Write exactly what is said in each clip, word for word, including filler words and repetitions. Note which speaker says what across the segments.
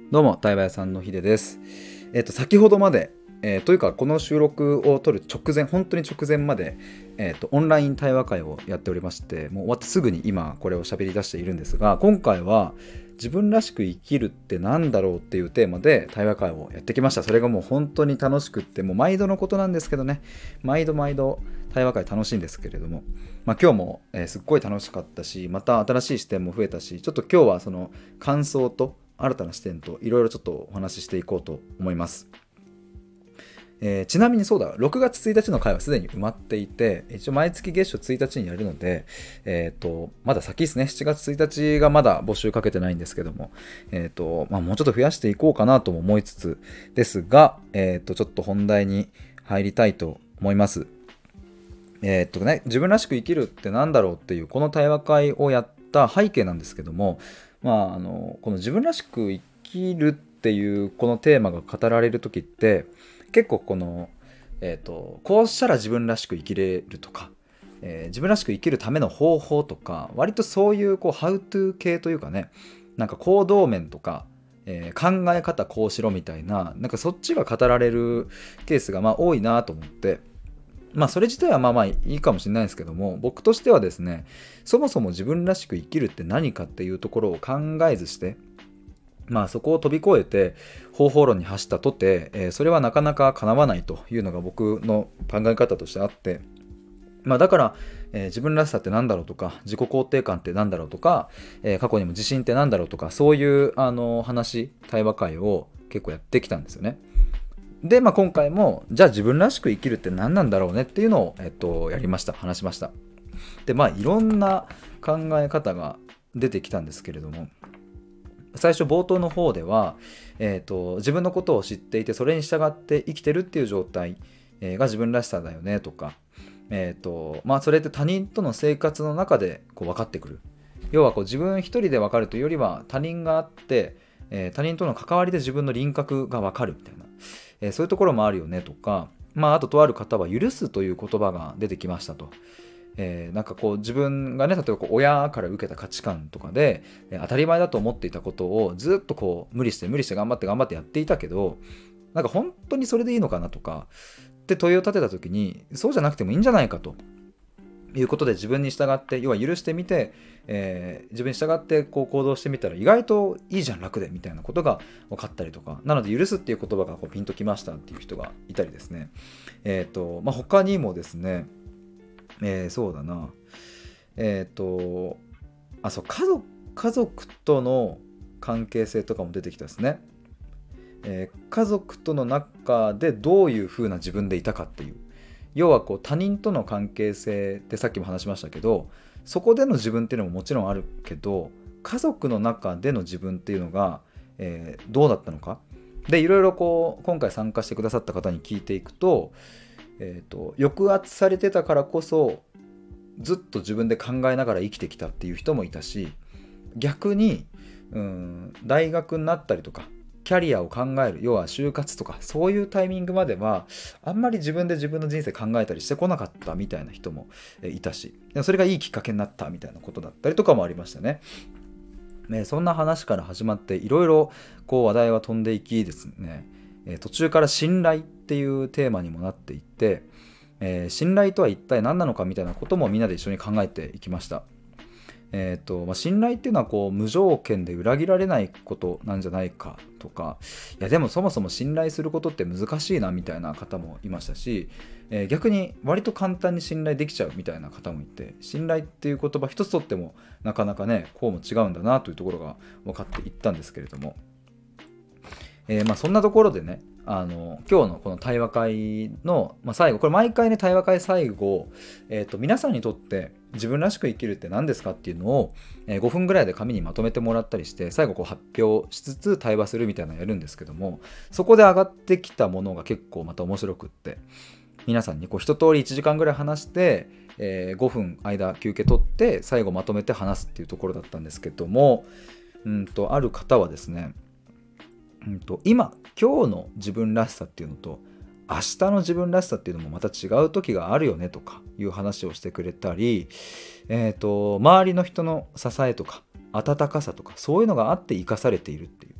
Speaker 1: どうも、対話屋さんのひでです。えっと、先ほどまで、えーというか、この収録を撮る直前、本当に直前まで、えっと、オンライン対話会をやっておりまして、もう終わってすぐに今、これを喋り出しているんですが、今回は、自分らしく生きるって何だろうっていうテーマで対話会をやってきました。それがもう本当に楽しくって、もう毎度のことなんですけどね、毎度毎度対話会楽しいんですけれども、まあ、今日も、えーすっごい楽しかったし、また新しい視点も増えたし、ちょっと今日はその感想と新たな視点といろいろちょっとお話ししていこうと思います。えーちなみにそうだ、ろくがつついたちの回はすでに埋まっていて、一応毎月月初ついたちにやるので、えっ、と、まだ先ですね、しちがつついたちがまだ募集かけてないんですけども、えっ、と、まあもうちょっと増やしていこうかなとも思いつつですが、えっ、と、ちょっと本題に入りたいと思います。えっ、とね、自分らしく生きるってなんだろうっていう、この対話会をやった背景なんですけども、まあ、あの、この自分らしく生きるっていうこのテーマが語られる時って、結構この、えっ、と、こうしたら自分らしく生きれるとか、えー自分らしく生きるための方法とか、割とそういうこう、ハウトゥー系というかね、なんか行動面とか、えー考え方こうしろみたいな、なんかそっちが語られるケースがまあ多いなと思って、まあそれ自体はまあまあいいかもしれないですけども、僕としてはですね、そもそも自分らしく生きるって何かっていうところを考えずして、まあそこを飛び越えて方法論に走ったとて、えーそれはなかなか叶わないというのが僕の考え方としてあって、まあだから、えー自分らしさって何だろうとか、自己肯定感って何だろうとか、えー過去にも自信って何だろうとか、そういうあの話、対話会を結構やってきたんですよね。で、まあ、今回もじゃあ自分らしく生きるって何なんだろうねっていうのを、えっと、やりました話しました。で、まあいろんな考え方が出てきたんですけれども、最初冒頭の方では、えっと、自分のことを知っていてそれに従って生きてるっていう状態えーが自分らしさだよねとか、えっとまあ、それって他人との生活の中でこう分かってくる。要はこう自分一人で分かるというよりは他人があって、えー他人との関わりで自分の輪郭が分かるみたいな、えーそういうところもあるよねとか、まあ、あととある方は許すという言葉が出てきましたと。えーなんかこう自分がね、例えばこう親から受けた価値観とかで、えー当たり前だと思っていたことをずっとこう無理して無理して頑張って頑張ってやっていたけど、なんか本当にそれでいいのかなとかって問いを立てた時に、そうじゃなくてもいいんじゃないかということで自分に従って、要は許してみて、えー自分に従ってこう行動してみたら意外といいじゃん、楽でみたいなことが分かったりとか、なので許すっていう言葉がこうピンときましたっていう人がいたりですね。えっ、と、まあ、他にもですね、えーそうだな、えっ、と、あ、そう、家族、家族との関係性とかも出てきたですね。えー家族との中でどういう風な自分でいたかっていう、要はこう他人との関係性ってさっきも話しましたけど、そこでの自分っていうのももちろんあるけど、家族の中での自分っていうのが、えーどうだったのかで、いろいろこう今回参加してくださった方に聞いていくと、えーと抑圧されてたからこそずっと自分で考えながら生きてきたっていう人もいたし、逆にうん大学になったりとかキャリアを考える、要は就活とかそういうタイミングまではあんまり自分で自分の人生考えたりしてこなかったみたいな人もえいたし、でもそれがいいきっかけになったみたいなことだったりとかもありましたね。ね、そんな話から始まっていろいろこう話題は飛んでいきですね、えー途中から信頼っていうテーマにもなっていって、えー信頼とは一体何なのかみたいなこともみんなで一緒に考えていきました。えーとまあ、信頼っていうのはこう無条件で裏切られないことなんじゃないかとか、いやでもそもそも信頼することって難しいなみたいな方もいましたし、えー逆に割と簡単に信頼できちゃうみたいな方もいて、信頼っていう言葉一つとってもなかなかねこうも違うんだなというところが分かっていったんですけれども、えーまあそんなところでね、あの今日のこの対話会の、まあ、最後、これ毎回ね対話会最後、えーと皆さんにとって自分らしく生きるって何ですかっていうのを、えーごふんぐらいで紙にまとめてもらったりして、最後こう発表しつつ対話するみたいなのやるんですけども、そこで上がってきたものが結構また面白くって、皆さんにこう一通りいちじかんぐらい話して、えーごふん間休憩取って最後まとめて話すっていうところだったんですけども、うんとある方はですね、うんと今今日の自分らしさっていうのと明日の自分らしさっていうのもまた違う時があるよねとかいう話をしてくれたり、えーと周りの人の支えとか温かさとかそういうのがあって生かされているっていう、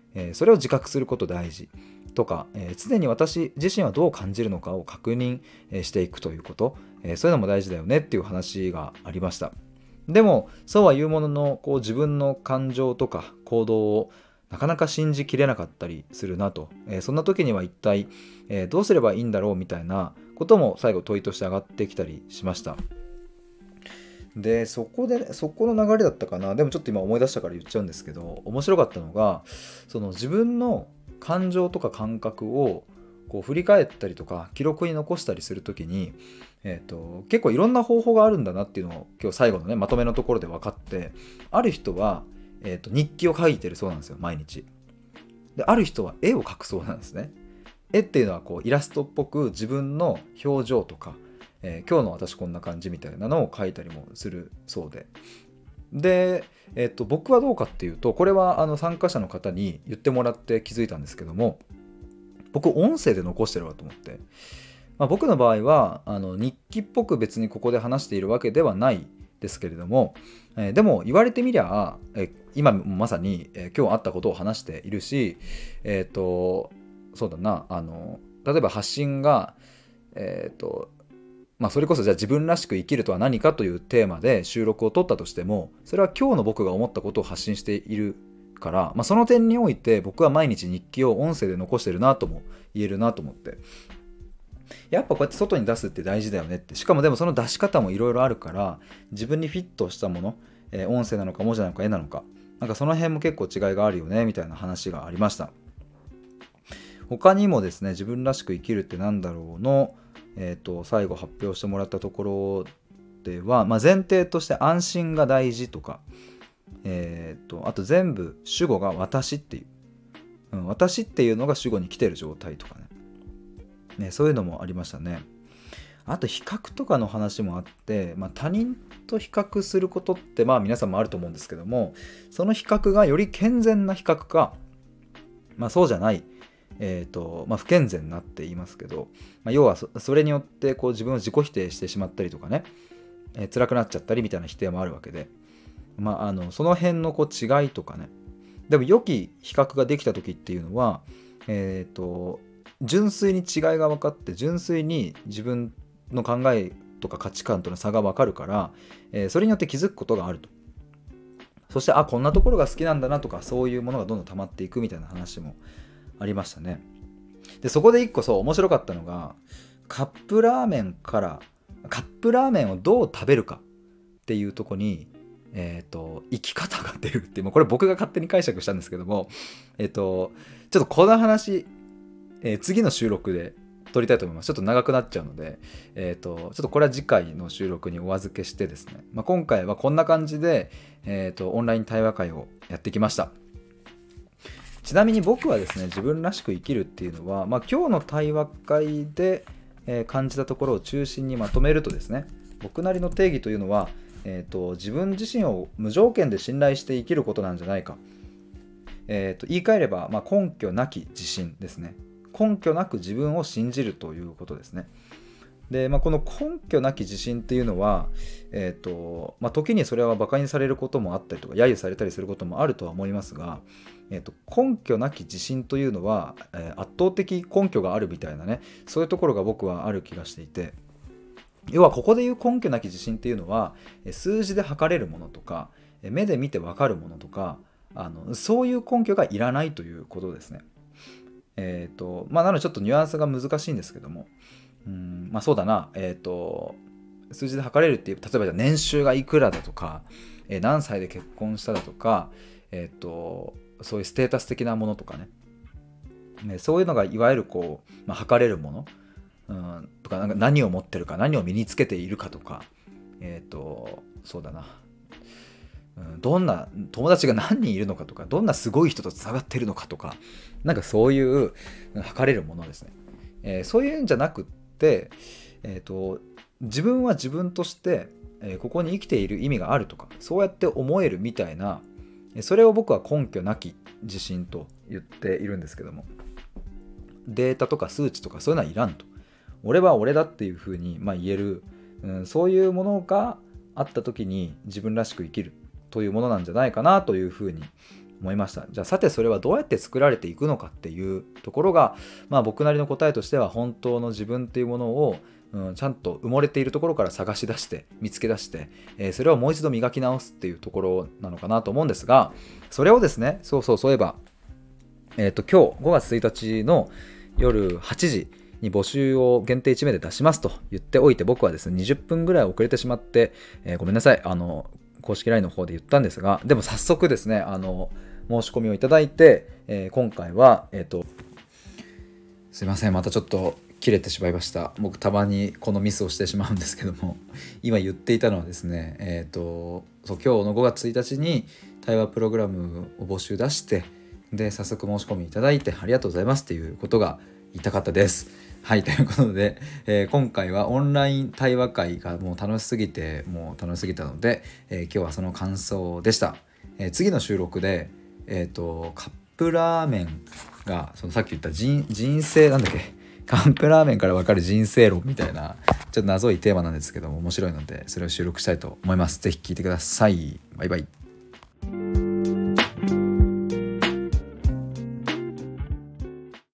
Speaker 1: えーそれを自覚すること大事とか、えー常に私自身はどう感じるのかを確認えーしていくということ、えーそういうのも大事だよねっていう話がありました。でもそうは言うものの、こう自分の感情とか行動をなかなか信じきれなかったりするなと、えーそんな時には一体、えーどうすればいいんだろうみたいなことも最後問いとして上がってきたりしました。でそこでそこの流れだったかな。でもちょっと今思い出したから言っちゃうんですけど、面白かったのが、その自分の感情とか感覚をこう振り返ったりとか記録に残したりするときに、えーと、結構いろんな方法があるんだなっていうのを今日最後のねまとめのところで分かって、ある人は、えーと、日記を書いてるそうなんですよ、毎日。である人は絵を描くそうなんですね。絵っていうのはこうイラストっぽく自分の表情とか、えー今日の私こんな感じみたいなのを描いたりもするそうで、で、えっと、僕はどうかっていうと、これはあの参加者の方に言ってもらって気づいたんですけども、僕音声で残してるわと思って、まあ、僕の場合はあの日記っぽく別にここで話しているわけではないですけれども、えーでも言われてみりゃ、えー今もまさに、えー今日あったことを話しているし、えっとそうだな、あの例えば発信が、えっとまあ、それこそじゃあ自分らしく生きるとは何かというテーマで収録を取ったとしても、それは今日の僕が思ったことを発信しているから、まあ、その点において僕は毎日日記を音声で残してるなとも言えるなと思って、やっぱこうやって外に出すって大事だよねって。しかもでもその出し方もいろいろあるから、自分にフィットしたもの、えー音声なのか文字なのか絵なのか、なんかその辺も結構違いがあるよねみたいな話がありました。他にもですね、自分らしく生きるってなんだろうの、えー、と最後発表してもらったところでは、まあ、前提として安心が大事とか、えー、とあと全部主語が私っていう、うん、私っていうのが主語に来てる状態とかね、ね、そういうのもありましたね。あと比較とかの話もあって、まあ、他人と比較することってまあ皆さんもあると思うんですけども、その比較がより健全な比較か、まあ、そうじゃない、えーとまあ、不健全なって言いますけど、まあ、要は そ, それによってこう自分を自己否定してしまったりとかね、えー辛くなっちゃったりみたいな否定もあるわけで、まあ、あのその辺のこう違いとかね。でも良き比較ができた時っていうのは、えーと純粋に違いが分かって、純粋に自分の考えとか価値観との差が分かるから、えーそれによって気づくことがあると。そして、あ、こんなところが好きなんだなとか、そういうものがどんどん溜まっていくみたいな話もありましたね。でそこで一個そう面白かったのが、カップラーメンからカップラーメンをどう食べるかっていうとこに、えっ、と生き方が出るっていう、もうこれ僕が勝手に解釈したんですけども、えっ、とちょっとこの話、えー次の収録で撮りたいと思います。ちょっと長くなっちゃうので、えっ、とちょっとこれは次回の収録にお預けしてですね、まあ、今回はこんな感じで、えっ、とオンライン対話会をやってきました。ちなみに僕はですね、自分らしく生きるっていうのは、まあ、今日の対話会で、えー感じたところを中心にまとめるとですね、僕なりの定義というのは、えーと、自分自身を無条件で信頼して生きることなんじゃないか。えーと、言い換えれば、まあ、根拠なき自信ですね。根拠なく自分を信じるということですね。で、まあ、この根拠なき自信っていうのは、えーとまあ、時にそれは馬鹿にされることもあったりとか揶揄されたりすることもあるとは思いますが、えーと根拠なき自信というのは、えー圧倒的根拠があるみたいなね、そういうところが僕はある気がしていて、要はここでいう根拠なき自信っていうのは、えー数字で測れるものとか、えー目で見てわかるものとか、あのそういう根拠がいらないということですね。えーとまあ、なのでちょっとニュアンスが難しいんですけども、うんまあそうだな、えっ、と数字で測れるっていう、例えばじゃあ年収がいくらだとか、えー何歳で結婚しただとか、えっ、とそういうステータス的なものとかね、ねそういうのがいわゆるこう、まあ、測れるもの、うん、とか、なんか何を持ってるか、何を身につけているかとか、えっ、とそうだな、うん、どんな友達が何人いるのかとか、どんなすごい人とつながってるのかとか、なんかそういううん測れるものですね。えーそういうんじゃなくって、えーと、自分は自分として、えーここに生きている意味があるとか、そうやって思えるみたいな、えーそれを僕は根拠なき自信と言っているんですけども、データとか数値とかそういうのはいらんと。俺は俺だっていうふうに、まあ、言える、うん、そういうものがあった時に自分らしく生きるというものなんじゃないかなというふうに思いました。じゃあさてそれはどうやって作られていくのかっていうところが、まあ、僕なりの答えとしては本当の自分っていうものを、うん、ちゃんと埋もれているところから探し出して見つけ出して、えーそれをもう一度磨き直すっていうところなのかなと思うんですが、それをですね、そうそうそういえば、えっと今日ごがつついたちの夜はちじに募集を限定いち名で出しますと言っておいて、僕はですねにじゅっぷんぐらい遅れてしまって、えーごめんなさい、あの公式 ライン の方で言ったんですが、でも早速ですね、あの申し込みをいただいて、えー今回はえっとすいません、またちょっと切れてしまいました。僕たまにこのミスをしてしまうんですけども、今言っていたのはですね、えっとそう今日のごがつついたちに対話プログラムを募集出して、で早速申し込みいただいてありがとうございますっていうことが言いたかったです。はい、ということで、えー今回はオンライン対話会がもう楽しすぎてもう楽しすぎたので、えー今日はその感想でした。えー次の収録で、えー、とカップラーメンがそのさっき言った人人生なんだっけ、カップラーメンから分かる人生論みたいなちょっと謎いテーマなんですけども面白いので、それを収録したいと思います。ぜひ聞いてください。バイバイ。